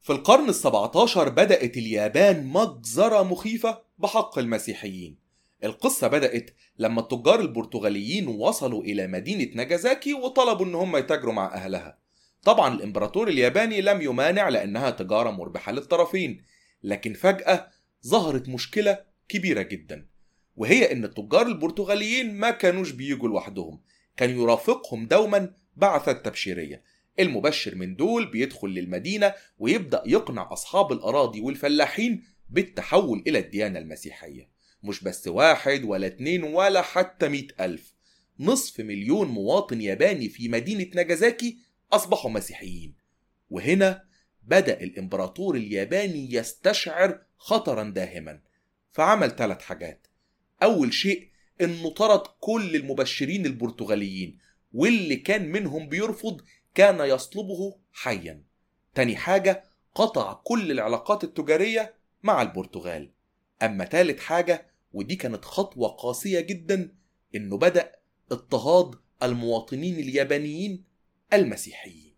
في القرن ال17 بدأت اليابان مجزرة مخيفة بحق المسيحيين. القصة بدأت لما التجار البرتغاليين وصلوا إلى مدينة ناجازاكي وطلبوا إن هم يتاجروا مع أهلها. طبعا الإمبراطور الياباني لم يمانع لأنها تجارة مربحة للطرفين، لكن فجأة ظهرت مشكلة كبيرة جدا، وهي إن التجار البرتغاليين ما كانوش بيجوا لوحدهم، كان يرافقهم دوما بعثات تبشيرية. المبشر من دول بيدخل للمدينة ويبدأ يقنع أصحاب الأراضي والفلاحين بالتحول إلى الديانة المسيحية. مش بس واحد ولا اتنين ولا حتى 100,000، نصف مليون مواطن ياباني في مدينة ناجازاكي أصبحوا مسيحيين. وهنا بدأ الإمبراطور الياباني يستشعر خطرا داهما، فعمل 3 حاجات. أول شيء إنه طرد كل المبشرين البرتغاليين، واللي كان منهم بيرفض كان يصلبه حيا. تاني حاجة قطع كل العلاقات التجارية مع البرتغال. أما تالت حاجة، ودي كانت خطوة قاسية جدا، إنه بدأ اضطهاد المواطنين اليابانيين المسيحيين.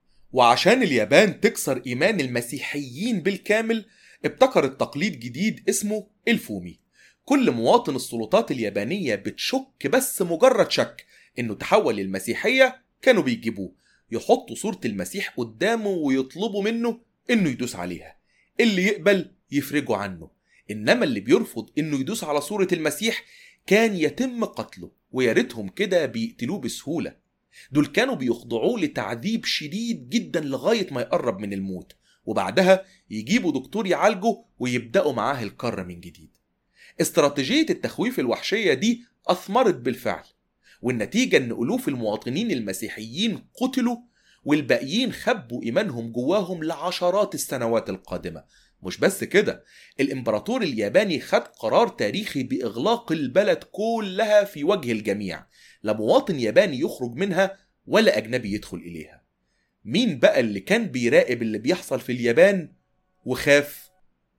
وعشان اليابان تكسر إيمان المسيحيين بالكامل، ابتكرت تقليد جديد اسمه الفومي. كل مواطن السلطات اليابانية بتشك، بس مجرد شك إنه تحول للمسيحية، كانوا بيجيبوه يحطوا صورة المسيح قدامه ويطلبوا منه إنه يدوس عليها. اللي يقبل يفرجوا عنه، إنما اللي بيرفض إنه يدوس على صورة المسيح كان يتم قتله. وياريتهم كده بيقتلوه بسهولة. دول كانوا بيخضعوه لتعذيب شديد جدا لغاية ما يقرب من الموت، وبعدها يجيبوا دكتور يعالجه ويبدأوا معاه الكرة من جديد. استراتيجية التخويف الوحشية دي أثمرت بالفعل، والنتيجة أن ألوف المواطنين المسيحيين قتلوا، والباقيين خبوا إيمانهم جواهم لعشرات السنوات القادمة. مش بس كده، الإمبراطور الياباني خد قرار تاريخي بإغلاق البلد كلها في وجه الجميع، لا مواطن ياباني يخرج منها ولا أجنبي يدخل إليها. مين بقى اللي كان بيراقب اللي بيحصل في اليابان وخاف؟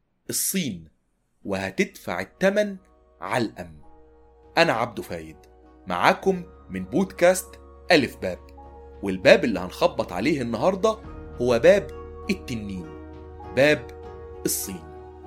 الصين، وهتدفع الثمن علقم. أنا عبدو فايد معاكم من بودكاست ألف باب، والباب اللي هنخبط عليه النهاردة هو باب التنين، باب الصين.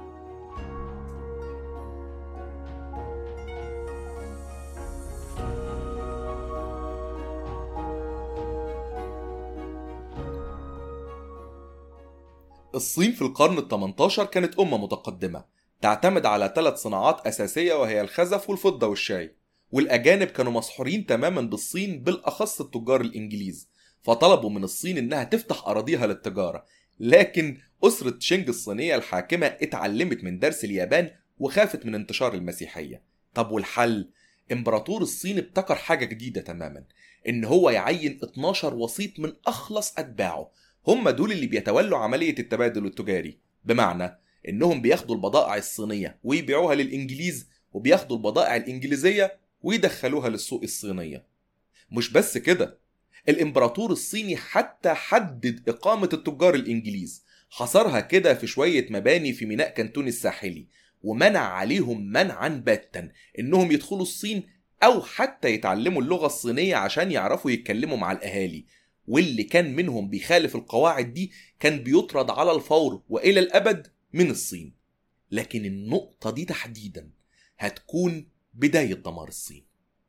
الصين في القرن ال18 كانت أمة متقدمة تعتمد على 3 صناعات أساسية، وهي الخزف والفضة والشاي. والأجانب كانوا مسحورين تماما بالصين، بالأخص التجار الإنجليز، فطلبوا من الصين إنها تفتح أراضيها للتجارة. لكن أسرة تشينج الصينية الحاكمة اتعلمت من درس اليابان وخافت من انتشار المسيحية. طب والحل؟ إمبراطور الصين ابتكر حاجة جديدة تماما، إن هو يعين 12 وسيط من أخلص أتباعه، هم دول اللي بيتولوا عملية التبادل التجاري. بمعنى إنهم بياخدوا البضائع الصينية ويبيعوها للإنجليز، وبياخدوا البضائع الإنجليزية ويدخلوها للسوق الصينية. مش بس كده، الإمبراطور الصيني حتى حدد إقامة التجار الإنجليز، حصرها كده في شوية مباني في ميناء كانتون الساحلي، ومنع عليهم منعا باتا إنهم يدخلوا الصين أو حتى يتعلموا اللغة الصينية عشان يعرفوا يتكلموا مع الأهالي. واللي كان منهم بيخالف القواعد دي كان بيطرد على الفور وإلى الأبد من الصين. لكن النقطة دي تحديدا هتكون بداية دمار الصين.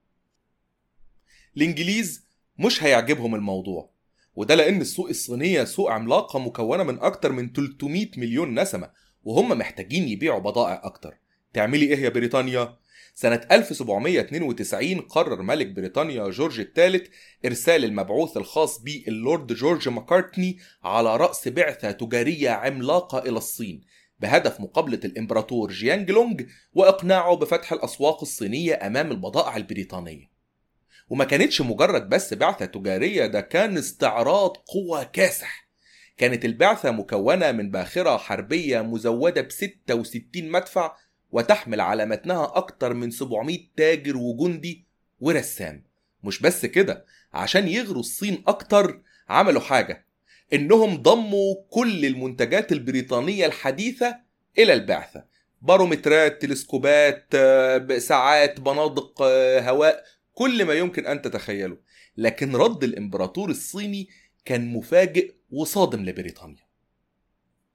الإنجليز مش هيعجبهم الموضوع، وده لأن السوق الصينية سوق عملاقة مكونة من أكتر من 300 مليون نسمة، وهم محتاجين يبيعوا بضائع أكتر. تعملي إيه يا بريطانيا؟ سنة 1792 قرر ملك بريطانيا جورج الثالث إرسال المبعوث الخاص به اللورد جورج ماكارتني على رأس بعثة تجارية عملاقة إلى الصين، بهدف مقابلة الإمبراطور جيانج لونج وإقناعه بفتح الأسواق الصينية أمام البضائع البريطانية. وما كانتش مجرد بس بعثة تجارية، ده كان استعراض قوة كاسح. كانت البعثة مكونة من باخرة حربية مزودة ب66 مدفع، وتحمل على متنها أكتر من 700 تاجر وجندي ورسام. مش بس كده، عشان يغروا الصين أكتر عملوا حاجة، إنهم ضموا كل المنتجات البريطانية الحديثة إلى البعثة: بارومترات، تلسكوبات، ساعات، بنادق هواء، كل ما يمكن أن تتخيله. لكن رد الإمبراطور الصيني كان مفاجئ وصادم لبريطانيا.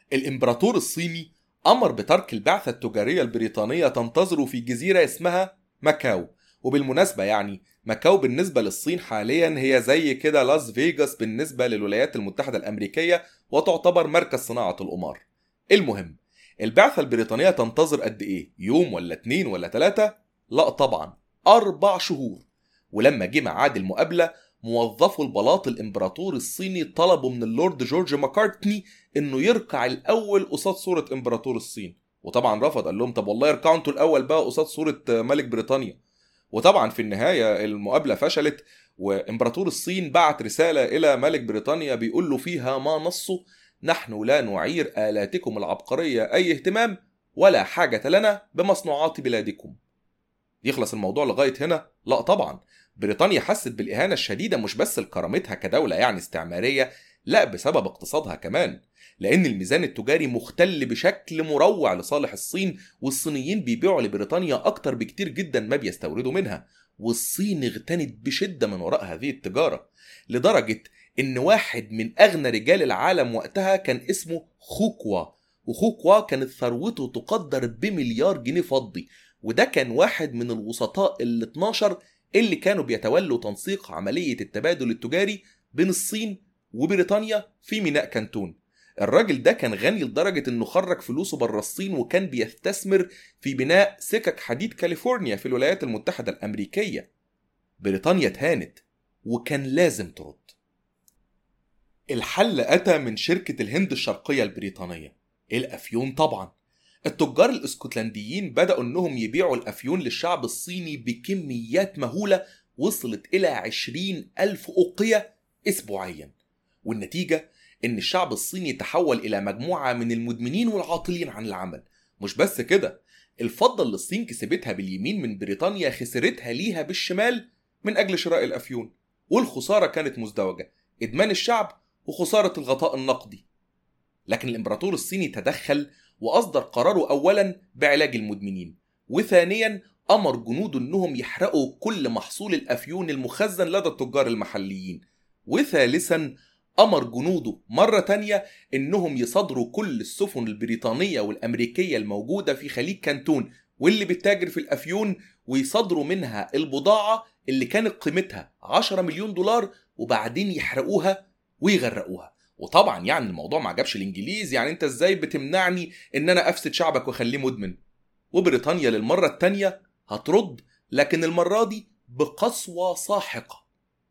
الإمبراطور الصيني أمر بترك البعثة التجارية البريطانية تنتظره في جزيرة اسمها ماكاو. وبالمناسبة يعني ماكاو بالنسبة للصين حاليا هي زي كده لاس فيجاس بالنسبة للولايات المتحدة الأمريكية، وتعتبر مركز صناعة القمار. المهم، البعثة البريطانية تنتظر قد إيه؟ يوم ولا 2 ولا 3؟ لا طبعا 4 شهور. ولما جه ميعاد المقابلة، موظفو البلاط الإمبراطور الصيني طلبوا من اللورد جورج ماكارتني إنه يركع الأول قصاد صورة إمبراطور الصين، وطبعا رفض. قال لهم طب والله يركعوا انتوا الأول بقى قصاد صورة ملك بريطانيا. وطبعا في النهاية المقابلة فشلت، وإمبراطور الصين بعت رسالة إلى ملك بريطانيا بيقول له فيها ما نصه: نحن لا نعير آلاتكم العبقرية أي اهتمام، ولا حاجة لنا بمصنوعات بلادكم. يخلص الموضوع لغاية هنا؟ لا طبعا. بريطانيا حست بالإهانة الشديدة، مش بس لكرامتها كدولة يعني استعمارية، لا بسبب اقتصادها كمان، لأن الميزان التجاري مختل بشكل مروع لصالح الصين، والصينيين بيبيعوا لبريطانيا أكتر بكتير جدا ما بيستوردوا منها، والصين اغتنت بشدة من وراء هذه التجارة، لدرجة إن واحد من أغنى رجال العالم وقتها كان اسمه خوكوا، وخوكوا كانت ثروته تقدر بمليار جنيه فضي، وده كان واحد من الوسطاء ال12 اللي كانوا بيتولوا تنسيق عملية التبادل التجاري بين الصين وبريطانيا في ميناء كانتون. الراجل ده كان غني لدرجة انه خرج فلوسه بره الصين، وكان بيستثمر في بناء سكك حديد كاليفورنيا في الولايات المتحدة الأمريكية. بريطانيا اتهانت وكان لازم ترد. الحل أتى من شركة الهند الشرقية البريطانية، الأفيون طبعا. التجار الاسكتلنديين بدأوا انهم يبيعوا الأفيون للشعب الصيني بكميات مهولة وصلت إلى 20,000 أوقية أسبوعيا، والنتيجة ان الشعب الصيني تحول إلى مجموعة من المدمنين والعاطلين عن العمل. مش بس كده، الفضة اللي الصين كسبتها باليمين من بريطانيا خسرتها ليها بالشمال من أجل شراء الأفيون، والخسارة كانت مزدوجة: إدمان الشعب وخسارة الغطاء النقدي. لكن الإمبراطور الصيني تدخل وأصدر قراره أولا بعلاج المدمنين، وثانيا أمر جنوده أنهم يحرقوا كل محصول الأفيون المخزن لدى التجار المحليين، وثالثا أمر جنوده مرة تانية أنهم يصادروا كل السفن البريطانية والأمريكية الموجودة في خليج كانتون واللي بتتاجر في الأفيون، ويصادروا منها البضاعة اللي كانت قيمتها 10 مليون دولار، وبعدين يحرقوها ويغرقوها. وطبعا يعني الموضوع ما عجبش الانجليز، يعني انت ازاي بتمنعني ان انا افسد شعبك واخليه مدمن؟ وبريطانيا للمرة التانية هترد، لكن المرة دي بقسوة ساحقة.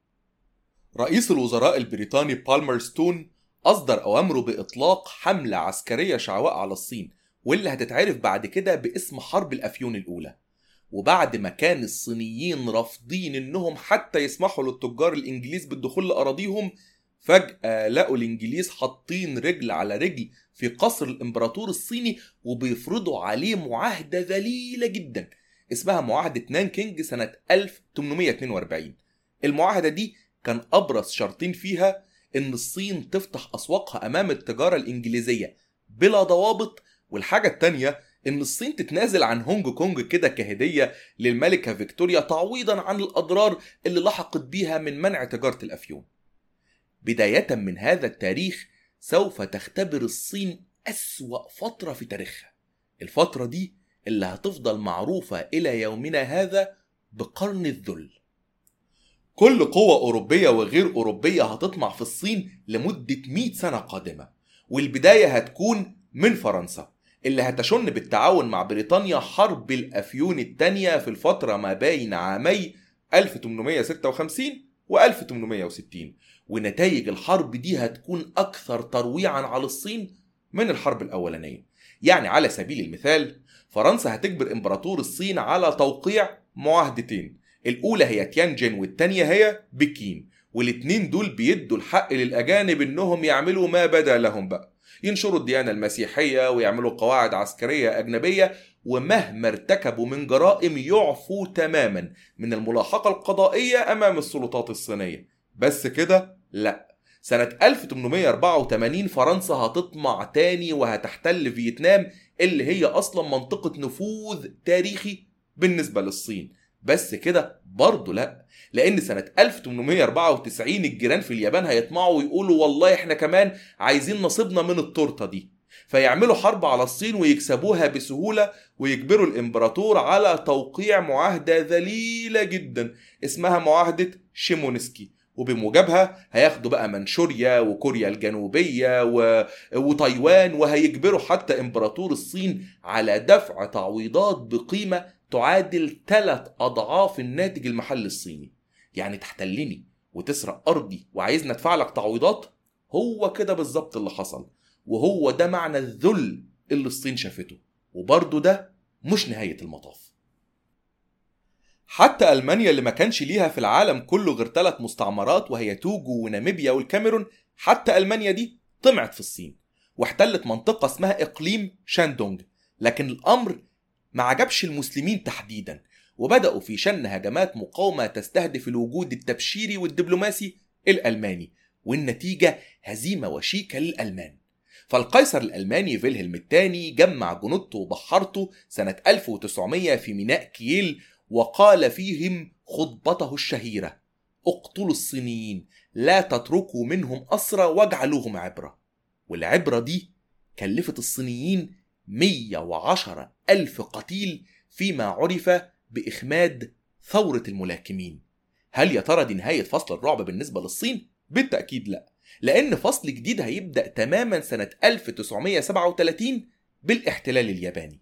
رئيس الوزراء البريطاني بالمرستون أصدر أوامره بإطلاق حملة عسكرية شعواء على الصين، واللي هتتعرف بعد كده باسم حرب الأفيون الأولى. وبعد ما كان الصينيين رافضين إنهم حتى يسمحوا للتجار الإنجليز بالدخول لأراضيهم، فجأة لقوا الإنجليز حاطين رجل على رجل في قصر الإمبراطور الصيني وبيفرضوا عليه معاهدة ذليلة جدا اسمها معاهدة نانكينج سنة 1842. المعاهدة دي كان أبرز شرطين فيها إن الصين تفتح أسواقها أمام التجارة الإنجليزية بلا ضوابط، والحاجة التانية إن الصين تتنازل عن هونج كونج كده كهدية للملكة فيكتوريا تعويضا عن الأضرار اللي لحقت بيها من منع تجارة الأفيون. بداية من هذا التاريخ سوف تختبر الصين أسوأ فترة في تاريخها، الفترة دي اللي هتفضل معروفة إلى يومنا هذا بقرن الذل. كل قوة أوروبية وغير أوروبية هتطمع في الصين لمدة 100 سنة قادمة، والبداية هتكون من فرنسا اللي هتشن بالتعاون مع بريطانيا حرب الأفيون الثانية في الفترة ما بين عامي 1856 و 1860. ونتائج الحرب دي هتكون أكثر ترويعا على الصين من الحرب الأولانية. يعني على سبيل المثال، فرنسا هتجبر إمبراطور الصين على توقيع معاهدتين، الأولى هي تيانجين والتانية هي بكين، والاتنين دول بيدوا الحق للأجانب إنهم يعملوا ما بدا لهم بقى، ينشروا الديانة المسيحية ويعملوا قواعد عسكرية أجنبية، ومهما ارتكبوا من جرائم يعفوا تماما من الملاحقة القضائية أمام السلطات الصينية. بس كده؟ لا، سنة 1884 فرنسا هتطمع تاني وهتحتل فيتنام اللي هي أصلا منطقة نفوذ تاريخي بالنسبة للصين. بس كده برضه لا، لأن سنة 1894 الجيران في اليابان هيطمعوا ويقولوا والله احنا كمان عايزين نصيبنا من التورتة دي. فيعملوا حرب على الصين ويكسبوها بسهولة، ويجبروا الإمبراطور على توقيع معاهدة ذليلة جدا اسمها معاهدة شيمونسكي، وبموجبها هياخدوا بقى منشوريا وكوريا الجنوبية وتايوان، وهيجبروا حتى إمبراطور الصين على دفع تعويضات بقيمة تعادل 3 أضعاف الناتج المحلي الصيني. يعني تحتلني وتسرق أرضي وعايزني أدفع لك تعويضات؟ هو كده بالظبط اللي حصل، وهو ده معنى الذل اللي الصين شافته، وبرضه ده مش نهاية المطاف. حتى ألمانيا اللي ما كانش ليها في العالم كله غير 3 مستعمرات وهي توجو وناميبيا والكاميرون، حتى ألمانيا دي طمعت في الصين واحتلت منطقة اسمها إقليم شاندونج. لكن الأمر ما عجبش المسلمين تحديدا، وبدأوا في شن هجمات مقاومة تستهدف الوجود التبشيري والدبلوماسي الألماني، والنتيجة هزيمة وشيكة للألمان. فالقيصر الألماني فيلهلم الثاني جمع جنودته وبحرته سنة 1900 في ميناء كييل، وقال فيهم خطبته الشهيرة: اقتلوا الصينيين، لا تتركوا منهم أسرى واجعلوهم عبرة. والعبرة دي كلفت الصينيين 110,000 قتيل فيما عرف بإخماد ثورة الملاكمين. هل يا ترى دي نهاية فصل الرعب بالنسبة للصين؟ بالتأكيد لا، لأن فصل جديد هيبدأ تماما سنة 1937 بالاحتلال الياباني.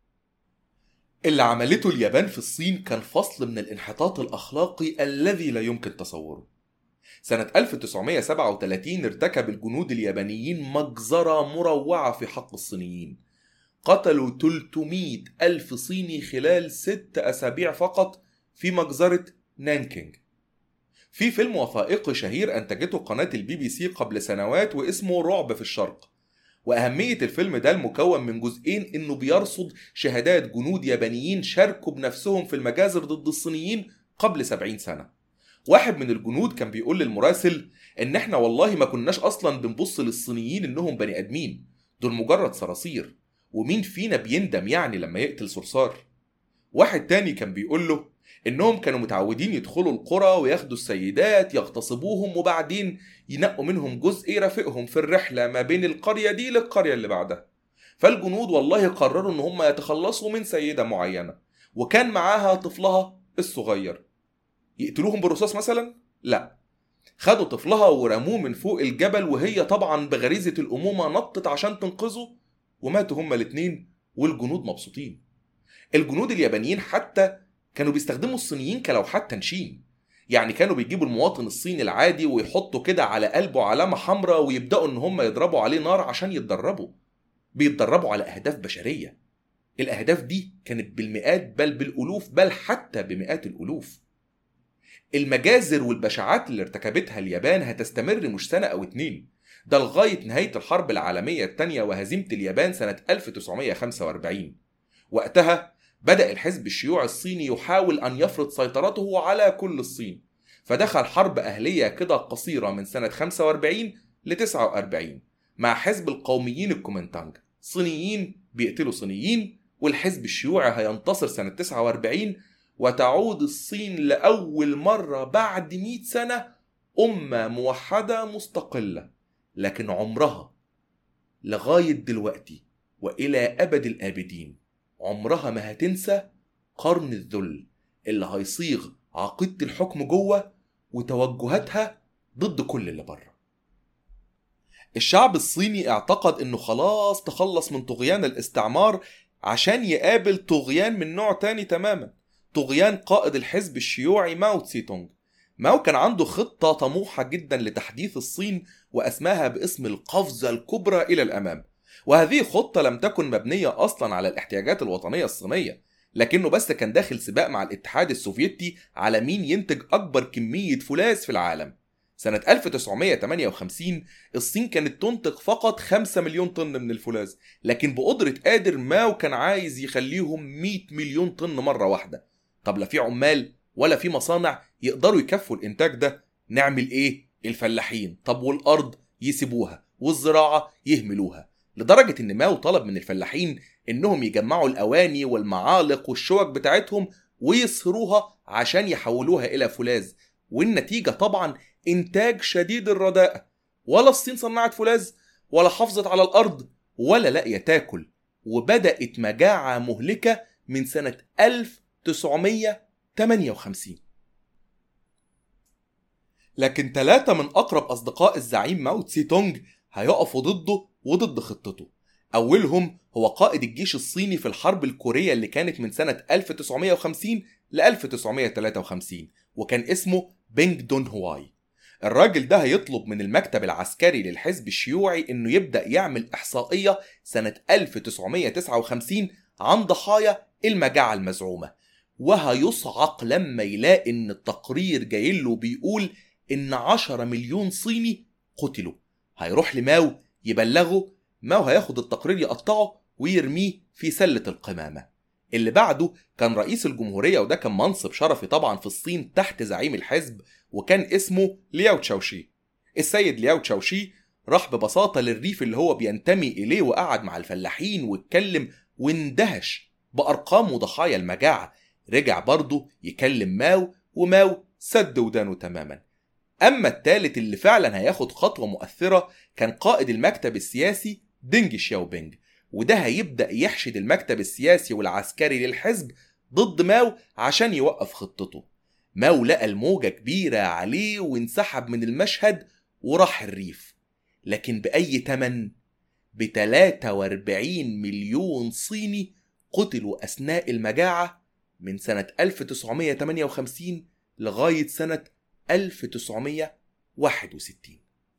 اللي عملته اليابان في الصين كان فصل من الانحطاط الأخلاقي الذي لا يمكن تصوره. سنة 1937 ارتكب الجنود اليابانيين مجزرة مروعة في حق الصينيين، قتلوا 300,000 صيني خلال 6 أسابيع فقط في مجزرة نانكينج. في فيلم وثائقي شهير أنتجته قناة BBC قبل سنوات واسمه رعب في الشرق، وأهمية الفيلم ده المكون من جزئين إنه بيرصد شهادات جنود يابانيين شاركوا بنفسهم في المجازر ضد الصينيين قبل 70 سنة. واحد من الجنود كان بيقول للمراسل إن إحنا والله ما كناش أصلا بنبص للصينيين إنهم بني آدمين، دول مجرد صراصير، ومين فينا بيندم يعني لما يقتل صرصار. واحد تاني كان بيقول له إنهم كانوا متعودين يدخلوا القرى وياخدوا السيدات يغتصبوهم وبعدين ينقوا منهم جزء يرافقهم في الرحلة ما بين القرية دي للقرية اللي بعدها. فالجنود والله قرروا إن هم يتخلصوا من سيدة معينة وكان معاها طفلها الصغير. يقتلوهم بالرصاص مثلا؟ لا، خدوا طفلها ورموه من فوق الجبل، وهي طبعا بغريزة الأمومة نطت عشان تنقذه، وماتوا هما الاتنين والجنود مبسوطين. الجنود اليابانيين حتى كانوا بيستخدموا الصينيين كلوحات تنشين، يعني كانوا بيجيبوا المواطن الصيني العادي ويحطوا كده على قلبه علامة حمراء ويبدأوا ان هم يضربوا عليه نار عشان يتدربوا. بيتدربوا على أهداف بشرية، الأهداف دي كانت بالمئات بل بالألوف بل حتى بمئات الألوف. المجازر والبشاعات اللي ارتكبتها اليابان هتستمر مش سنة أو 2، ده لغاية نهاية الحرب العالمية الثانية وهزيمة اليابان سنة 1945. وقتها بدأ الحزب الشيوعي الصيني يحاول أن يفرض سيطرته على كل الصين، فدخل حرب أهلية كده قصيرة من سنة 45 ل 49 مع حزب القوميين الكومينتانج، صينيين بيقتلوا صينيين، والحزب الشيوعي هينتصر سنة 49 وتعود الصين لأول مرة بعد 100 سنة أمة موحدة مستقلة. لكن عمرها لغاية دلوقتي وإلى أبد الآبدين عمرها ما هتنسى قرن الذل اللي هيصيغ عقيدة الحكم جوه وتوجهاتها ضد كل اللي بره. الشعب الصيني اعتقد انه خلاص تخلص من طغيان الاستعمار عشان يقابل طغيان من نوع تاني تماما، طغيان قائد الحزب الشيوعي ماو تسي تونج. ماو كان عنده خطة طموحة جدا لتحديث الصين وأسماها باسم القفزة الكبرى إلى الأمام، وهذه خطة لم تكن مبنية أصلا على الاحتياجات الوطنية الصينية، لكنه بس كان داخل سباق مع الاتحاد السوفيتي على مين ينتج أكبر كمية فولاذ في العالم. سنة 1958 الصين كانت تنتج فقط 5 مليون طن من الفولاذ، لكن بقدرة قادر ماو كان عايز يخليهم 100 مليون طن مرة واحدة. طب لا في عمال ولا في مصانع يقدروا يكفوا الإنتاج ده، نعمل إيه؟ الفلاحين. طب والأرض يسيبوها والزراعة يهملوها، لدرجة إن ماو طلب من الفلاحين إنهم يجمعوا الأواني والمعالق والشوك بتاعتهم ويصهروها عشان يحولوها إلى فولاذ، والنتيجة طبعا إنتاج شديد الرداءة. ولا الصين صنعت فولاذ ولا حافظت على الأرض ولا لاقية تاكل، وبدأت مجاعة مهلكة من سنة 1958. لكن 3 من أقرب أصدقاء الزعيم ماو تسي تونج هيقفوا ضده وضد خطته. أولهم هو قائد الجيش الصيني في الحرب الكورية اللي كانت من سنة 1950 ل 1953، وكان اسمه بينج دون هواي. الراجل ده هيطلب من المكتب العسكري للحزب الشيوعي إنه يبدأ يعمل إحصائية سنة 1959 عن ضحايا المجاعة المزعومة، وهيصعق لما يلاقي إن التقرير جايله بيقول إن 10 مليون صيني قتلوا. هيروح لماو يبلغه، ماو هياخد التقرير يقطعه ويرميه في سلة القمامة. اللي بعده كان رئيس الجمهورية، وده كان منصب شرفي طبعا في الصين تحت زعيم الحزب، وكان اسمه لياو تشاوشي. السيد لياو تشاوشي راح ببساطة للريف اللي هو بينتمي إليه، وقعد مع الفلاحين واتكلم واندهش بأرقام وضحايا المجاعة. رجع برضه يكلم ماو، وماو سد ودانه تماما. أما الثالث اللي فعلا هياخد خطوة مؤثرة كان قائد المكتب السياسي دينج شياوبينج، وده هيبدأ يحشد المكتب السياسي والعسكري للحزب ضد ماو عشان يوقف خطته. ماو لقى الموجة كبيرة عليه وانسحب من المشهد وراح الريف، لكن بأي تمن؟ ب43 مليون صيني قتلوا أثناء المجاعة من سنة 1958 لغاية سنة 1961.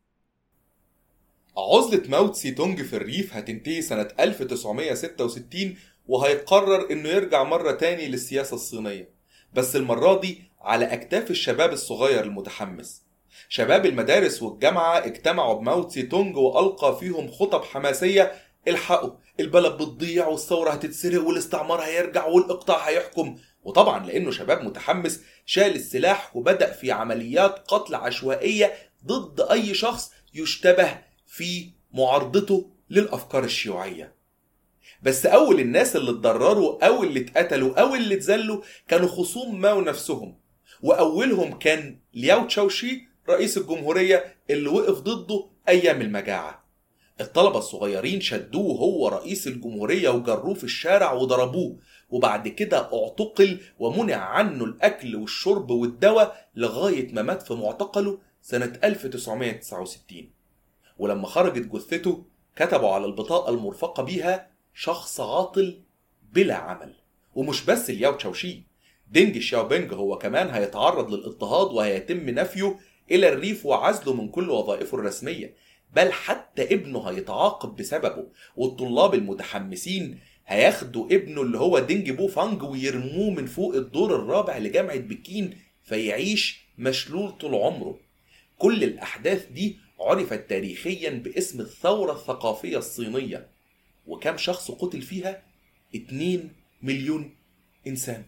عزلة ماو تسي تونج في الريف هتنتهي سنة 1966، وهيقرر انه يرجع مرة تاني للسياسة الصينية، بس المرة دي على أكتاف الشباب الصغير المتحمس. شباب المدارس والجامعة اجتمعوا بماو تسي تونج وألقى فيهم خطب حماسية: الحقوا، البلد بتضيع والثورة هتتسرق والاستعمار هيرجع والإقطاع هيحكم. وطبعا لأنه شباب متحمس شال السلاح وبدأ في عمليات قتل عشوائية ضد أي شخص يشتبه في معارضته للأفكار الشيوعية. بس أول الناس اللي اتضرروا أو اللي اتقتلوا أو اللي اتذلوا كانوا خصوم ماو نفسهم، وأولهم كان لياو تشاوشي رئيس الجمهورية اللي وقف ضده أيام المجاعة. الطلبة الصغيرين شدوه هو رئيس الجمهورية وجروه في الشارع وضربوه، وبعد كده اعتقل ومنع عنه الأكل والشرب والدواء لغاية ما مات في معتقله سنة 1969. ولما خرجت جثته كتبوا على البطاقة المرفقة بيها: شخص عاطل بلا عمل. ومش بس لياو تشاوشي، دينج شياوبينج هو كمان هيتعرض للاضطهاد وهيتم نفيه إلى الريف وعزله من كل وظائفه الرسمية، بل حتى ابنه هيتعاقب بسببه. والطلاب المتحمسين هياخدوا ابنه اللي هو دينج بو فانج ويرموه من فوق الدور الرابع لجامعة بكين فيعيش مشلول طول عمره. كل الأحداث دي عرفت تاريخيا باسم الثورة الثقافية الصينية. وكم شخص قتل فيها؟ 2 مليون إنسان.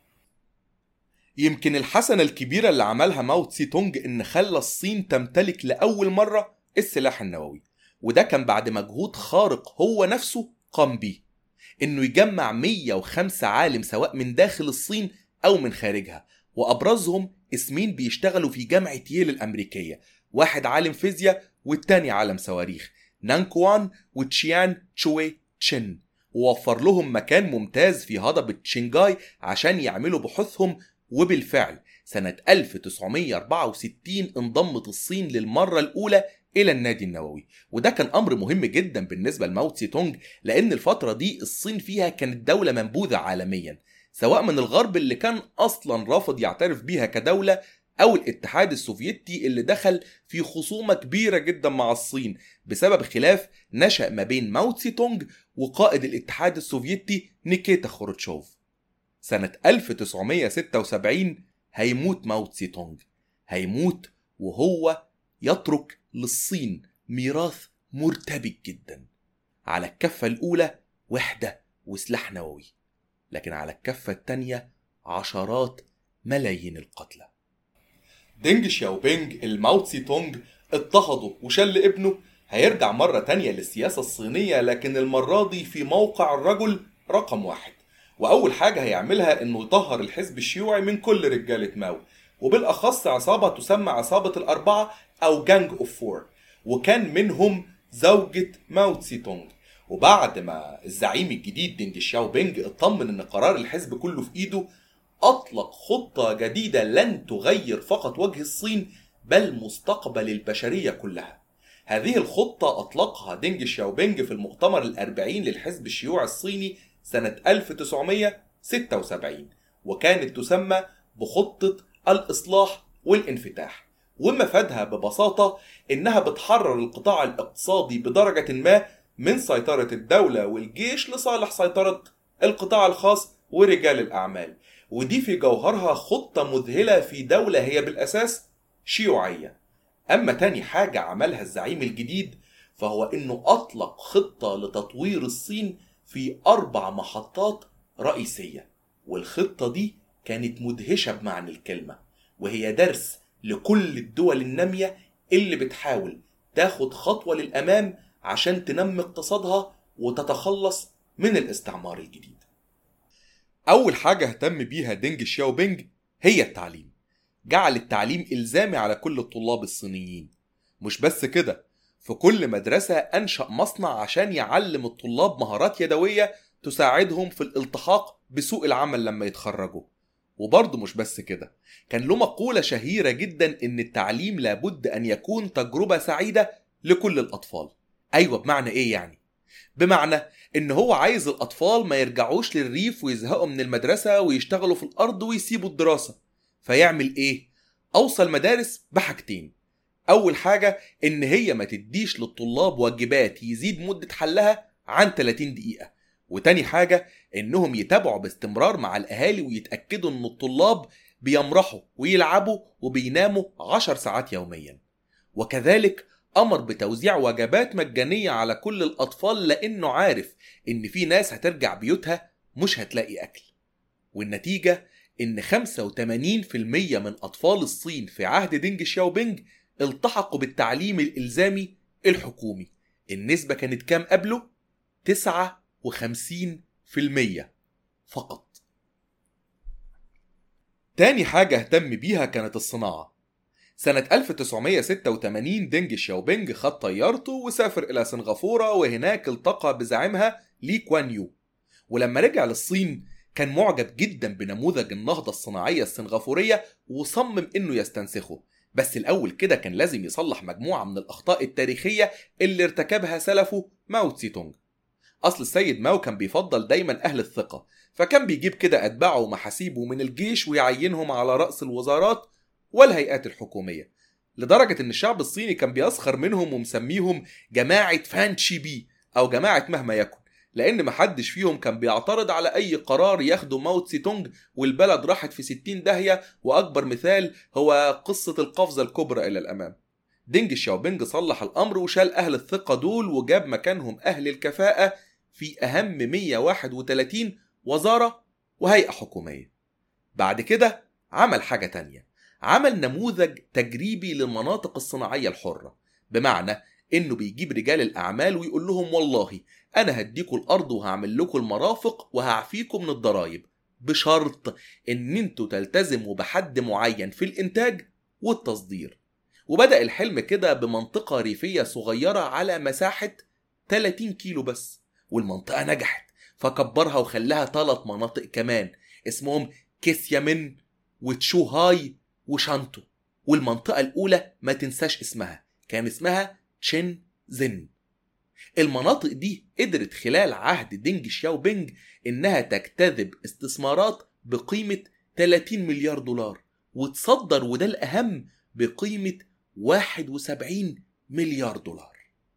يمكن الحسنة الكبيرة اللي عملها ماو تسي تونج إن خلى الصين تمتلك لأول مرة السلاح النووي، وده كان بعد مجهود خارق هو نفسه قام بيه، إنه يجمع 105 عالم سواء من داخل الصين أو من خارجها، وأبرزهم اسمين بيشتغلوا في جامعة ييل الأمريكية، واحد عالم فيزياء والتاني عالم صواريخ، نانكوان وتشيان تشوي تشين، ووفر لهم مكان ممتاز في هضبة شنغهاي عشان يعملوا بحوثهم. وبالفعل سنة 1964 انضمت الصين للمرة الأولى إلى النادي النووي، وده كان أمر مهم جدا بالنسبة لماو تسي تونج، لأن الفترة دي الصين فيها كانت دولة منبوذة عالميا، سواء من الغرب اللي كان أصلا رافض يعترف بيها كدولة، أو الاتحاد السوفيتي اللي دخل في خصومة كبيرة جدا مع الصين بسبب خلاف نشأ ما بين ماو تسي تونج وقائد الاتحاد السوفيتي نيكيتا خروتشوف. سنة 1976 هيموت ماو تسي تونج، هيموت وهو يترك للصين ميراث مرتبك جدا. على الكفة الأولى وحدة وسلاح نووي، لكن على الكفة التانية عشرات ملايين القتلى. دينج شياوبينج الماو تسي تونج اضطهده وشل ابنه هيرجع مرة تانية للسياسة الصينية، لكن المرة دي في موقع الرجل رقم 1. وأول حاجة هيعملها إنه يطهر الحزب الشيوعي من كل رجالة ماو، وبالأخص عصابة تسمى عصابة الأربعة أو جانج أوف فور، وكان منهم زوجة ماو تسي تونج. وبعد ما الزعيم الجديد دينج شاوبينج اطمن ان قرار الحزب كله في ايده، اطلق خطة جديدة لن تغير فقط وجه الصين بل مستقبل البشرية كلها. هذه الخطة اطلقها دينج شاوبينج في المؤتمر الأربعين للحزب الشيوعي الصيني سنة 1976، وكانت تسمى بخطة الإصلاح والانفتاح. ومفادها ببساطة إنها بتحرر القطاع الاقتصادي بدرجة ما من سيطرة الدولة والجيش لصالح سيطرة القطاع الخاص ورجال الأعمال. ودي في جوهرها خطة مذهلة في دولة هي بالأساس شيوعية. أما تاني حاجة عملها الزعيم الجديد فهو إنه أطلق خطة لتطوير الصين في 4 محطات رئيسية، والخطة دي كانت مدهشة بمعنى الكلمة، وهي درس لكل الدول النامية اللي بتحاول تاخد خطوة للأمام عشان تنمي اقتصادها وتتخلص من الاستعمار الجديد. أول حاجة اهتم بيها دينج شاوبينج هي التعليم. جعل التعليم إلزامي على كل الطلاب الصينيين. مش بس كده، في كل مدرسة أنشأ مصنع عشان يعلم الطلاب مهارات يدوية تساعدهم في الالتحاق بسوق العمل لما يتخرجوا. وبرضه مش بس كده، كان له مقولة شهيرة جدا إن التعليم لابد أن يكون تجربة سعيدة لكل الأطفال. أيوة، بمعنى إيه يعني؟ بمعنى إن هو عايز الأطفال ما يرجعوش للريف ويزهقوا من المدرسة ويشتغلوا في الأرض ويسيبوا الدراسة. فيعمل إيه؟ أوصل مدارس بحاجتين. أول حاجة إن هي ما تديش للطلاب واجبات يزيد مدة حلها عن 30 دقيقة. وتاني حاجة إنهم يتابعوا باستمرار مع الأهالي ويتأكدوا إن الطلاب بيمرحوا ويلعبوا وبيناموا 10 ساعات يوميا. وكذلك أمر بتوزيع وجبات مجانية على كل الأطفال، لأنه عارف إن في ناس هترجع بيوتها مش هتلاقي أكل. والنتيجة إن 85% من أطفال الصين في عهد دينج شاوبينج التحقوا بالتعليم الإلزامي الحكومي. النسبة كانت كام قبله؟ 59% فقط. تاني حاجة اهتم بيها كانت الصناعة. سنة 1986 دينج شاوبينج خد طيارته وسافر إلى سنغافورة، وهناك التقى بزعيمها لي كوان يو. ولما رجع للصين كان معجب جدا بنموذج النهضة الصناعية السنغافورية وصمم إنه يستنسخه. بس الأول كده كان لازم يصلح مجموعة من الأخطاء التاريخية اللي ارتكبها سلفه ماو تسي تونج. أصل السيد ماو كان بيفضل دايما أهل الثقة، فكان بيجيب كده أتباعه ومحاسيبه من الجيش ويعينهم على رأس الوزارات والهيئات الحكومية، لدرجة إن الشعب الصيني كان بيسخر منهم ومسميهم جماعة فان تشي بي أو جماعة مهما يكن، لأن محدش فيهم كان بيعترض على أي قرار ياخده ماو تسي تونج والبلد راحت في 60 داهية. وأكبر مثال هو قصة القفزة الكبرى إلى الأمام. دينج شاوبينج صلح الأمر وشال أهل الثقة دول وجاب مكانهم أهل الكفاءة في أهم 131 وزارة وهيئة حكومية. بعد كده عمل حاجة تانية، عمل نموذج تجريبي للمناطق الصناعية الحرة، بمعنى إنه بيجيب رجال الأعمال ويقول لهم والله أنا هديكوا الأرض وهعمل لكم المرافق وهعفيكم من الضرائب، بشرط إن انتوا تلتزموا بحد معين في الإنتاج والتصدير. وبدأ الحلم كده بمنطقة ريفية صغيرة على مساحة 30 كيلو بس، والمنطقة نجحت فكبرها وخلاها 3 مناطق كمان اسمهم كيسيامين وتشوهاي وشانتو. والمنطقة الأولى ما تنساش اسمها، كان اسمها تشين زين. المناطق دي قدرت خلال عهد دينج شاوبينج إنها تجتذب استثمارات بقيمة 30 مليار دولار وتصدر، وده الأهم، بقيمة 71 مليار دولار.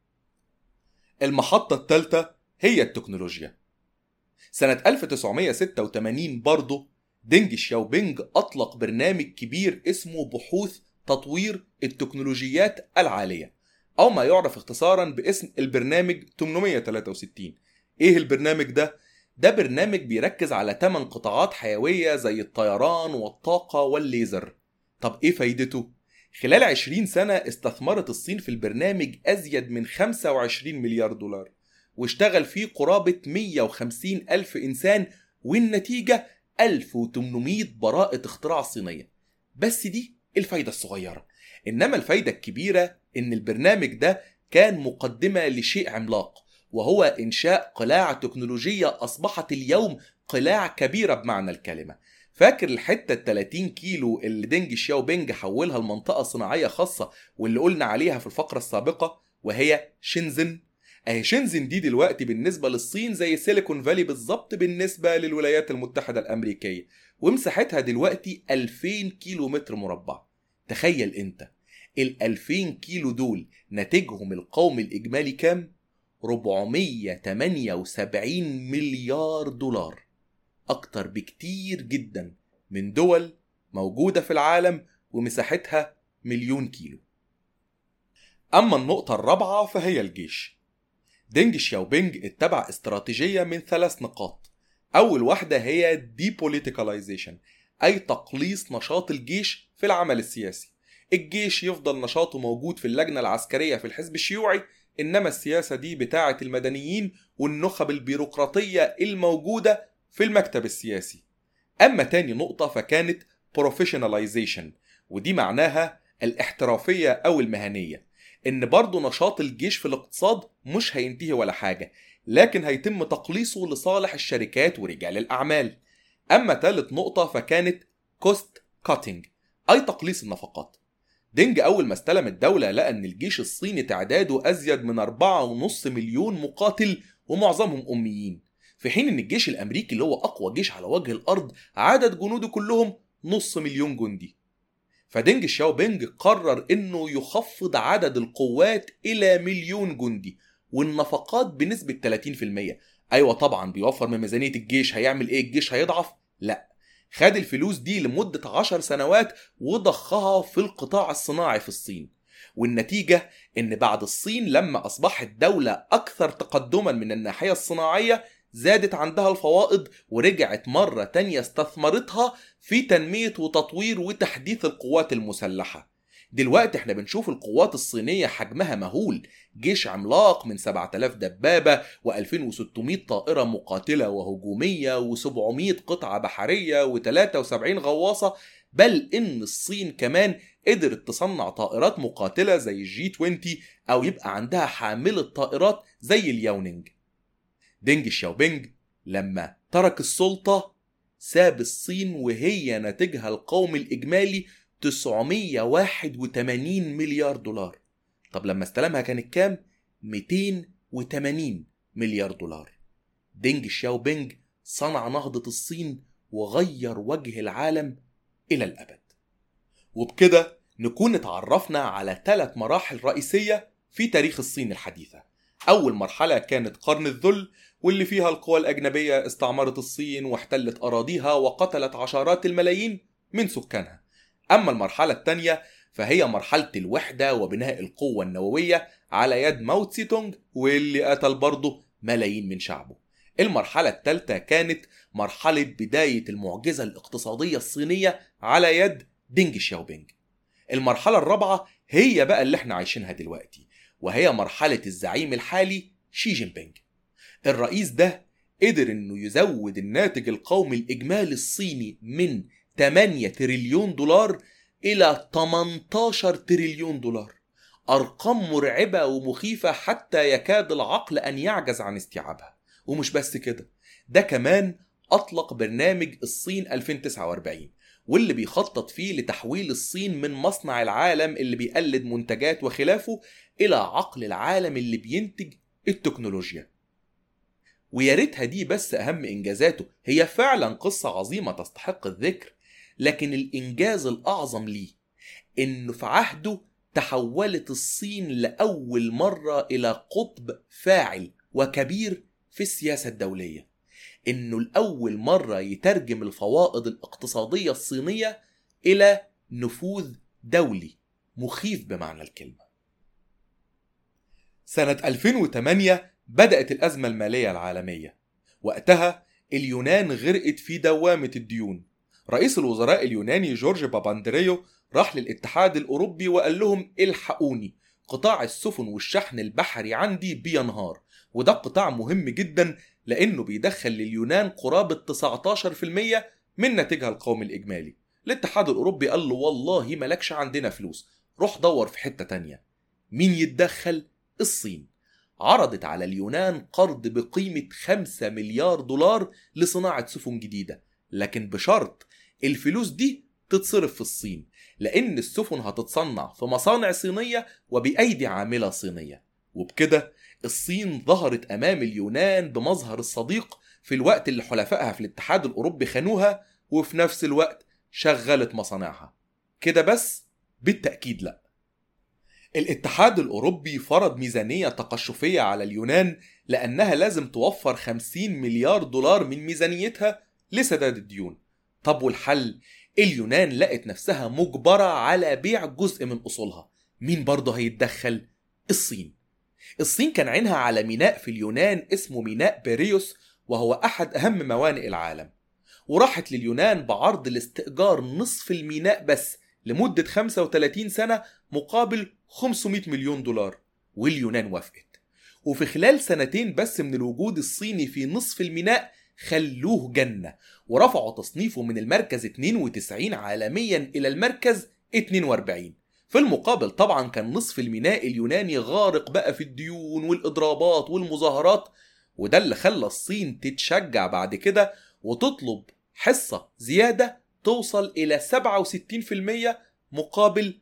المحطة الثالثة هي التكنولوجيا. سنة 1986 برضه دينج شاوبينج أطلق برنامج كبير اسمه بحوث تطوير التكنولوجيات العالية، أو ما يعرف اختصارا باسم البرنامج 863. إيه البرنامج ده؟ ده برنامج بيركز على 8 قطاعات حيوية زي الطيران والطاقة والليزر. طب إيه فايدته؟ خلال 20 سنة استثمرت الصين في البرنامج أزيد من 25 مليار دولار، واشتغل فيه قرابة 150 ألف إنسان، والنتيجة 1800 براءة اختراع صينية. بس دي الفايدة الصغيرة، إنما الفايدة الكبيرة إن البرنامج ده كان مقدمة لشيء عملاق، وهو إنشاء قلاع تكنولوجية أصبحت اليوم قلاع كبيرة بمعنى الكلمة. فاكر الحتة 30 كيلو اللي دينج شياو بينج حولها لمنطقة صناعية خاصة واللي قلنا عليها في الفقرة السابقة، وهي شنزن؟ اهي شنزن دي دلوقتي بالنسبة للصين زي سيليكون فالي بالظبط بالنسبة للولايات المتحدة الأمريكية، ومساحتها دلوقتي 2000 كيلو متر مربع. تخيل انت ال 2000 كيلو دول ناتجهم القومي الإجمالي كام؟ 478 مليار دولار، أكتر بكتير جدا من دول موجودة في العالم ومساحتها 1,000,000 كيلو. أما النقطة الرابعة فهي الجيش. دينج شياوبينج اتبع استراتيجية من 3 نقاط. أول واحدة هي ديبوليتيكاليزيشن، أي تقليص نشاط الجيش في العمل السياسي. الجيش يفضل نشاطه موجود في اللجنة العسكرية في الحزب الشيوعي، إنما السياسة دي بتاعة المدنيين والنخب البيروقراطية الموجودة في المكتب السياسي. أما تاني نقطة فكانت professionalization، ودي معناها الاحترافية أو المهنية، إن برضو نشاط الجيش في الاقتصاد مش هينتهي ولا حاجة، لكن هيتم تقليصه لصالح الشركات ورجال الأعمال. أما ثالث نقطة فكانت cost cutting، أي تقليص النفقات. دينج أول ما استلم الدولة لقى إن الجيش الصيني تعداده أزيد من 4.5 مليون مقاتل ومعظمهم أميين، في حين إن الجيش الأمريكي اللي هو أقوى جيش على وجه الأرض عدد جنوده كلهم 500,000 جندي. فدينج شياوبينج قرر إنه يخفض عدد القوات إلى 1,000,000 جندي والنفقات بنسبة 30%. أيوة طبعا بيوفر من ميزانية الجيش، هيعمل إيه؟ الجيش هيضعف؟ لأ، خد الفلوس دي لمدة 10 سنوات وضخها في القطاع الصناعي في الصين. والنتيجة إن بعد الصين لما أصبحت دولة أكثر تقدما من الناحية الصناعية زادت عندها الفوائض ورجعت مرة تانية استثمرتها في تنمية وتطوير وتحديث القوات المسلحة. دلوقتي احنا بنشوف القوات الصينية حجمها مهول، جيش عملاق من 7000 دبابة و2600 طائرة مقاتلة وهجومية و700 قطعة بحرية و73 غواصة، بل ان الصين كمان قدرت تصنع طائرات مقاتلة زي الجي 20 او يبقى عندها حاملة طائرات زي الياونينج. دينج شياوبينج لما ترك السلطة ساب الصين وهي ناتجها القومي الإجمالي 981 مليار دولار. طب لما استلمها كانت كام؟ 280 مليار دولار. دينج شياوبينج صنع نهضة الصين وغير وجه العالم إلى الأبد. وبكده نكون اتعرفنا على 3 مراحل رئيسية في تاريخ الصين الحديثة. أول مرحلة كانت قرن الذل، واللي فيها القوى الأجنبية استعمرت الصين واحتلت أراضيها وقتلت عشرات الملايين من سكانها. أما المرحلة الثانية فهي مرحلة الوحدة وبناء القوة النووية على يد ماو تسي تونج، واللي قتل برضه ملايين من شعبه. المرحلة الثالثة كانت مرحلة بداية المعجزة الاقتصادية الصينية على يد دينج شياوبينج. المرحلة الرابعة هي بقى اللي احنا عايشينها دلوقتي، وهي مرحلة الزعيم الحالي شي جين بينج. الرئيس ده قدر انه يزود الناتج القومي الإجمالي الصيني من 8 تريليون دولار إلى 18 تريليون دولار. أرقام مرعبة ومخيفة حتى يكاد العقل أن يعجز عن استيعابها. ومش بس كده، ده كمان أطلق برنامج الصين 2049، واللي بيخطط فيه لتحويل الصين من مصنع العالم اللي بيقلد منتجات وخلافه إلى عقل العالم اللي بينتج التكنولوجيا. ويا ريتها دي بس أهم إنجازاته، هي فعلا قصة عظيمة تستحق الذكر، لكن الإنجاز الأعظم ليه إنه في عهده تحولت الصين لأول مرة إلى قطب فاعل وكبير في السياسة الدولية، إنه لأول مرة يترجم الفوائض الاقتصادية الصينية إلى نفوذ دولي مخيف بمعنى الكلمة. سنة 2008 بدأت الأزمة المالية العالمية. وقتها اليونان غرقت في دوامة الديون. رئيس الوزراء اليوناني جورج باباندريو راح للاتحاد الأوروبي وقال لهم الحقوني، قطاع السفن والشحن البحري عندي بينهار، وده قطاع مهم جدا لأنه بيدخل لليونان قرابة 19% من ناتجها القومي الإجمالي. الاتحاد الأوروبي قال له والله ملكش عندنا فلوس، روح دور في حتة تانية. مين يتدخل؟ الصين. عرضت على اليونان قرض بقيمة 5 مليار دولار لصناعة سفن جديدة، لكن بشرط الفلوس دي تتصرف في الصين، لأن السفن هتتصنع في مصانع صينية وبأيدي عاملة صينية. وبكده الصين ظهرت أمام اليونان بمظهر الصديق في الوقت اللي حلفائها في الاتحاد الأوروبي خانوها، وفي نفس الوقت شغلت مصانعها. كده بس؟ بالتأكيد لا. الاتحاد الأوروبي فرض ميزانية تقشفية على اليونان لأنها لازم توفر 50 مليار دولار من ميزانيتها لسداد الديون. طب والحل؟ اليونان لقت نفسها مجبرة على بيع جزء من أصولها. مين برضه هيتدخل؟ الصين كان عينها على ميناء في اليونان اسمه ميناء بيريوس، وهو أحد أهم موانئ العالم، وراحت لليونان بعرض الاستئجار نصف الميناء بس لمدة 35 سنة مقابل 500 مليون دولار، واليونان وافقت. وفي خلال سنتين بس من الوجود الصيني في نصف الميناء خلوه جنة، ورفعوا تصنيفه من المركز 92 عالميا إلى المركز 42. في المقابل طبعا كان نصف الميناء اليوناني غارق بقى في الديون والإضرابات والمظاهرات، وده اللي خلى الصين تتشجع بعد كده وتطلب حصة زيادة توصل إلى 67% مقابل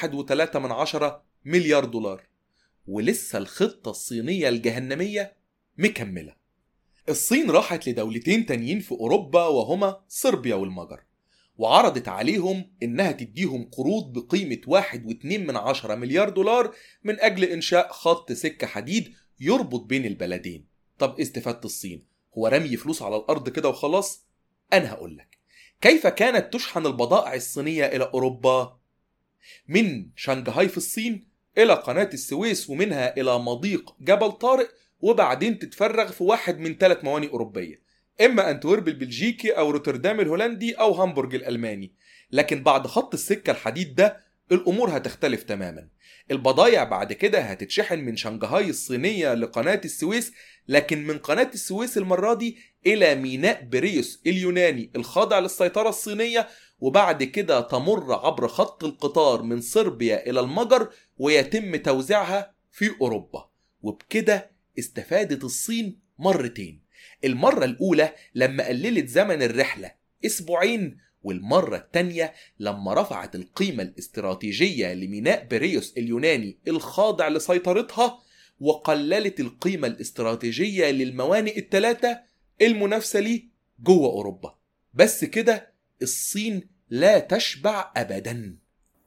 1.3 مليار دولار. ولسه الخطة الصينية الجهنمية مكملة. الصين راحت لدولتين تانيين في أوروبا وهما صربيا والمجر، وعرضت عليهم إنها تديهم قروض بقيمة 1.2 مليار دولار من أجل إنشاء خط سكة حديد يربط بين البلدين. طب استفادت الصين؟ هو رمي فلوس على الأرض كده وخلاص؟ أنا هقولك كيف كانت تشحن البضائع الصينية إلى أوروبا. من شنغهاي في الصين إلى قناة السويس، ومنها إلى مضيق جبل طارق، وبعدين تتفرغ في واحد من 3 موانئ أوروبية، إما أنتورب البلجيكي أو روتردام الهولندي أو هامبورج الألماني. لكن بعد خط السكة الحديد ده الأمور هتختلف تماما. البضائع بعد كده هتتشحن من شنغهاي الصينية لقناة السويس، لكن من قناة السويس المرة دي إلى ميناء بيريوس اليوناني الخاضع للسيطرة الصينية، وبعد كده تمر عبر خط القطار من صربيا إلى المجر ويتم توزيعها في أوروبا. وبكده استفادت الصين مرتين. المرة الأولى لما قللت زمن الرحلة 2 أسبوع، والمرة التانية لما رفعت القيمة الاستراتيجية لميناء بيريوس اليوناني الخاضع لسيطرتها، وقللت القيمة الاستراتيجية للموانئ ال3 المنافسة ليه جوه أوروبا. بس كده الصين لا تشبع أبدا.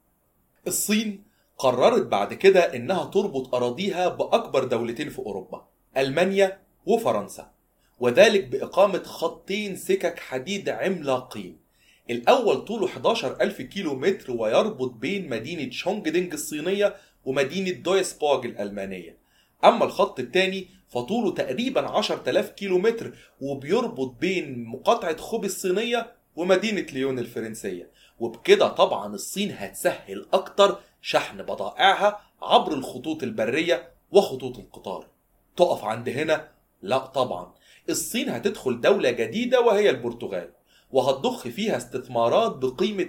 الصين قررت بعد كده إنها تربط أراضيها بأكبر دولتين في أوروبا، ألمانيا وفرنسا، وذلك بإقامة خطين سكك حديد عملاقين. الأول طوله 11,000 كيلو متر ويربط بين مدينة شونجدينج الصينية ومدينة دويسبورغ الألمانية. أما الخط الثاني فطوله تقريبا 10,000 كيلو متر وبيربط بين مقاطعة خوب الصينية ومدينة ليون الفرنسية. وبكده طبعا الصين هتسهل أكتر شحن بضائعها عبر الخطوط البرية وخطوط القطار. تقف عند هنا؟ لا طبعا، الصين هتدخل دولة جديدة وهي البرتغال، وهتضخ فيها استثمارات بقيمة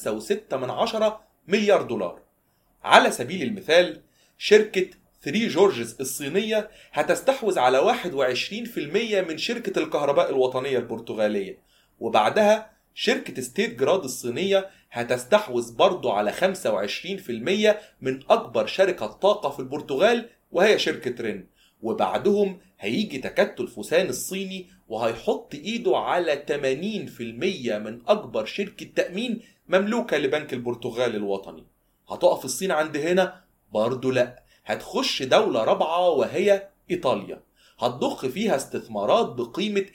5.6 مليار دولار. على سبيل المثال شركة 3 جورجز الصينية هتستحوذ على 21% من شركة الكهرباء الوطنية البرتغالية، وبعدها شركة ستيت جراد الصينية هتستحوذ برضو على 25% من أكبر شركة طاقة في البرتغال وهي شركة رين، وبعدهم هيجي تكتل فوسان الصيني وهيحط ايده على 80% من اكبر شركة تأمين مملوكة لبنك البرتغال الوطني. هتقف الصين عند هنا؟ برضو لا، هتخش دولة رابعة وهي ايطاليا، هتضخ فيها استثمارات بقيمة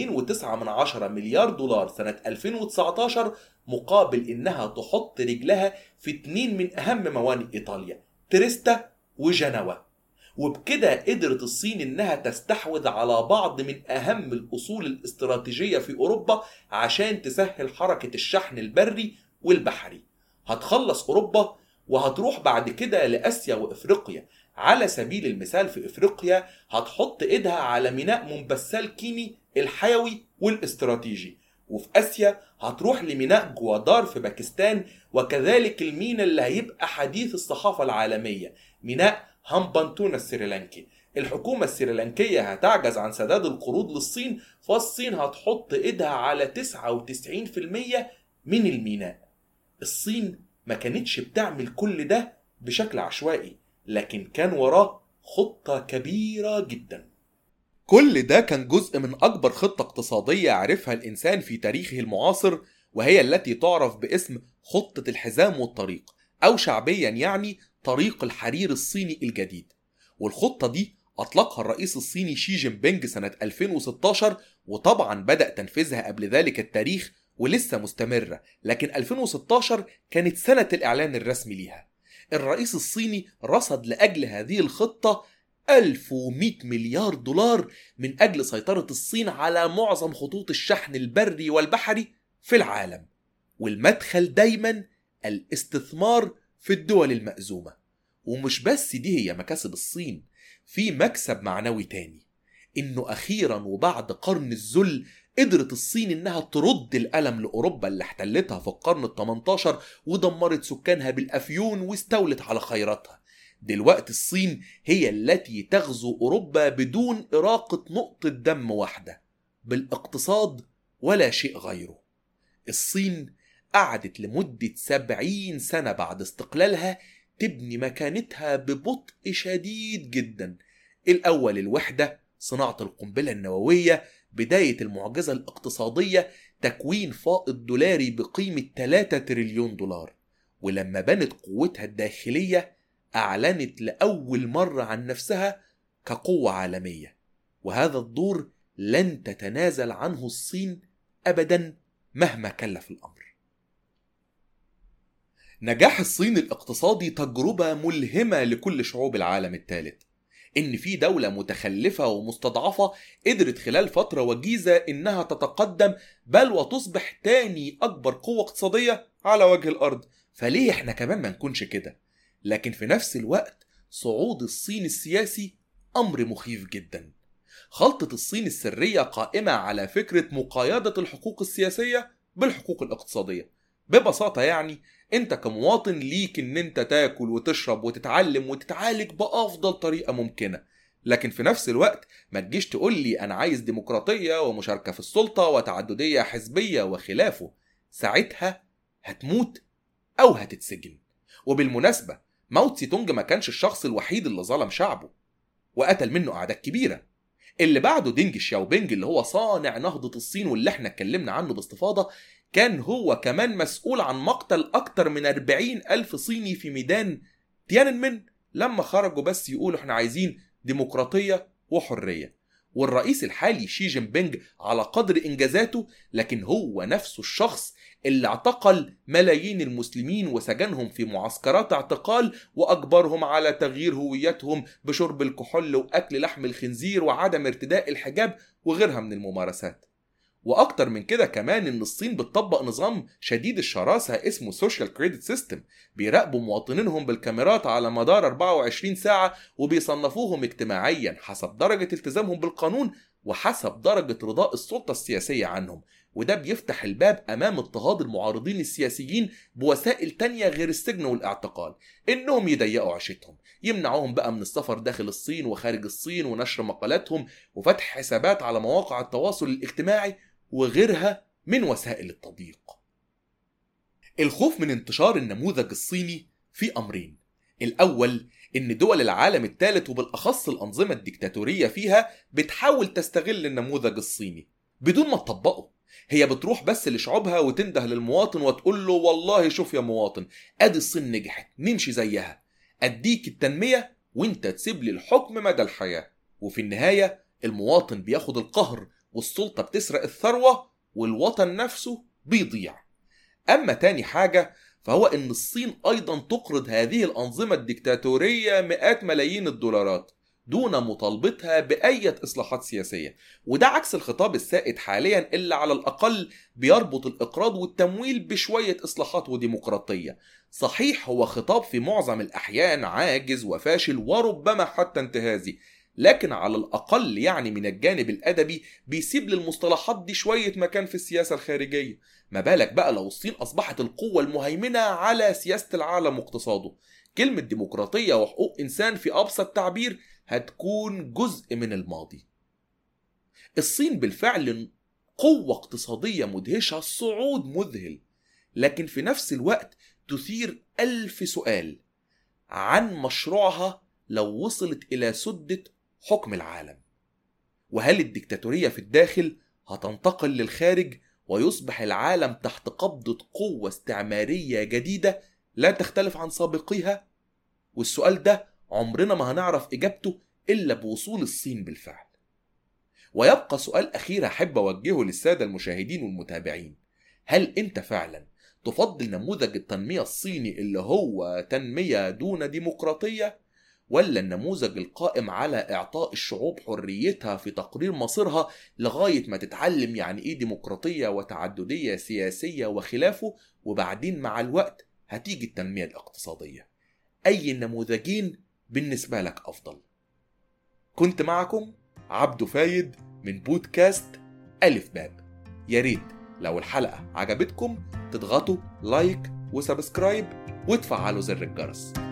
2.9 مليار دولار سنة 2019 مقابل انها تحط رجلها في 2 من اهم موانئ ايطاليا، تريستا وجنوا. وبكده قدرت الصين انها تستحوذ على بعض من اهم الاصول الاستراتيجية في اوروبا عشان تسهل حركة الشحن البري والبحري. هتخلص اوروبا وهتروح بعد كده لاسيا وافريقيا. على سبيل المثال في افريقيا هتحط ايدها على ميناء مومباسا الكيمي الحيوي والاستراتيجي، وفي اسيا هتروح لميناء جوادار في باكستان، وكذلك الميناء اللي هيبقى حديث الصحافة العالمية ميناء هامبانتونا السريلانكي الحكومة السريلانكية هتعجز عن سداد القروض للصين، فالصين هتحط ايدها على 99% من الميناء. الصين ما كانتش بتعمل كل ده بشكل عشوائي، لكن كان وراه خطة كبيرة جدا. كل ده كان جزء من أكبر خطة اقتصادية عرفها الإنسان في تاريخه المعاصر، وهي التي تعرف باسم خطة الحزام والطريق، أو شعبيا يعني طريق الحرير الصيني الجديد. والخطة دي أطلقها الرئيس الصيني شي جين بينج سنة 2016، وطبعا بدأ تنفيذها قبل ذلك التاريخ ولسه مستمرة، لكن 2016 كانت سنة الإعلان الرسمي ليها. الرئيس الصيني رصد لأجل هذه الخطة 1100 مليار دولار من أجل سيطرة الصين على معظم خطوط الشحن البري والبحري في العالم، والمدخل دايما الاستثمار في الدول المأزومة. ومش بس دي هي مكاسب الصين، في مكسب معنوي تاني، إنه أخيرا وبعد قرن الذل قدرت الصين إنها ترد الألم لأوروبا اللي احتلتها في القرن ال18 ودمرت سكانها بالأفيون واستولت على خيراتها. دلوقتي الصين هي التي تغزو أوروبا بدون إراقة نقطة دم واحدة، بالاقتصاد ولا شيء غيره. الصين قعدت لمدة 70 سنة بعد استقلالها تبني مكانتها ببطء شديد جدا. الأول الوحدة، صناعة القنبلة النووية، بداية المعجزة الاقتصادية، تكوين فائض دولاري بقيمة 3 تريليون دولار. ولما بنت قوتها الداخلية أعلنت لأول مرة عن نفسها كقوة عالمية، وهذا الدور لن تتنازل عنه الصين أبدا مهما كلف الأمر. نجاح الصين الاقتصادي تجربة ملهمة لكل شعوب العالم الثالث. إن في دولة متخلفة ومستضعفة قدرت خلال فترة وجيزة إنها تتقدم بل وتصبح تاني أكبر قوة اقتصادية على وجه الأرض، فليه إحنا كمان ما نكونش كده؟ لكن في نفس الوقت صعود الصين السياسي أمر مخيف جدا. خلطة الصين السرية قائمة على فكرة مقايضة الحقوق السياسية بالحقوق الاقتصادية. ببساطة يعني انت كمواطن ليك ان انت تاكل وتشرب وتتعلم وتتعالج بأفضل طريقة ممكنة، لكن في نفس الوقت ما تجيش تقول لي انا عايز ديمقراطية ومشاركة في السلطة وتعددية حزبية وخلافه. ساعتها هتموت او هتتسجن. وبالمناسبة ماو تسي تونج ما كانش الشخص الوحيد اللي ظلم شعبه وقتل منه أعداد كبيرة. اللي بعده دينج شياوبينج اللي هو صانع نهضة الصين واللي احنا اتكلمنا عنه باستفاضة، كان هو كمان مسؤول عن مقتل أكتر من 40,000 صيني في ميدان تياننمن لما خرجوا بس يقولوا احنا عايزين ديمقراطية وحرية. والرئيس الحالي شي جين بينج على قدر إنجازاته، لكن هو نفسه الشخص اللي اعتقل ملايين المسلمين وسجنهم في معسكرات اعتقال وأجبرهم على تغيير هويتهم بشرب الكحول وأكل لحم الخنزير وعدم ارتداء الحجاب وغيرها من الممارسات. وأكتر من كده كمان إن الصين بتطبق نظام شديد الشراسة اسمه سوشيال كريدت سيستم، بيراقبوا مواطنينهم بالكاميرات على مدار 24 ساعة وبيصنفوهم اجتماعيا حسب درجة التزامهم بالقانون وحسب درجة رضاء السلطة السياسية عنهم. وده بيفتح الباب أمام اضطهاد المعارضين السياسيين بوسائل تانية غير السجن والاعتقال، إنهم يضيقوا عيشتهم، يمنعوهم بقى من السفر داخل الصين وخارج الصين ونشر مقالاتهم وفتح حسابات على مواقع التواصل الاجتماعي وغيرها من وسائل التضييق. الخوف من انتشار النموذج الصيني في أمرين. الأول إن دول العالم الثالث وبالأخص الأنظمة الديكتاتورية فيها بتحاول تستغل النموذج الصيني بدون ما تطبقه. هي بتروح بس لشعوبها وتنده للمواطن وتقول له والله شوف يا مواطن ادي الصين نجحت نمشي زيها، اديك التنمية وانت تسيب لي الحكم مدى الحياة. وفي النهاية المواطن بياخد القهر والسلطة بتسرق الثروة والوطن نفسه بيضيع. أما تاني حاجة فهو إن الصين أيضا تقرض هذه الأنظمة الديكتاتورية مئات ملايين الدولارات دون مطالبتها بأي إصلاحات سياسية، وده عكس الخطاب السائد حاليا اللي على الأقل بيربط الإقراض والتمويل بشوية إصلاحات وديمقراطية. صحيح هو خطاب في معظم الأحيان عاجز وفاشل وربما حتى انتهازي، لكن على الأقل يعني من الجانب الأدبي بيسيب للمصطلحات دي شوية مكان في السياسة الخارجية. ما بالك بقى لو الصين أصبحت القوة المهيمنة على سياسة العالم واقتصاده، كلمة ديمقراطية وحقوق إنسان في أبسط تعبير هتكون جزء من الماضي. الصين بالفعل قوة اقتصادية مدهشة، صعود مذهل، لكن في نفس الوقت تثير 1000 سؤال عن مشروعها لو وصلت إلى سدة حكم العالم. وهل الديكتاتورية في الداخل هتنتقل للخارج ويصبح العالم تحت قبضة قوة استعمارية جديدة لا تختلف عن سابقيها؟ والسؤال ده عمرنا ما هنعرف إجابته إلا بوصول الصين بالفعل. ويبقى سؤال أخير أحب أوجهه للسادة المشاهدين والمتابعين: هل أنت فعلا تفضل نموذج التنمية الصيني اللي هو تنمية دون ديمقراطية، ولا النموذج القائم على إعطاء الشعوب حريتها في تقرير مصيرها لغاية ما تتعلم يعني إيه ديمقراطية وتعددية سياسية وخلافه، وبعدين مع الوقت هتيجي التنمية الاقتصادية؟ أي النموذجين بالنسبة لك أفضل؟ كنت معكم عبدو فايد من بودكاست ألف باب. ياريت لو الحلقة عجبتكم تضغطوا لايك وسبسكرايب وتفعلوا زر الجرس.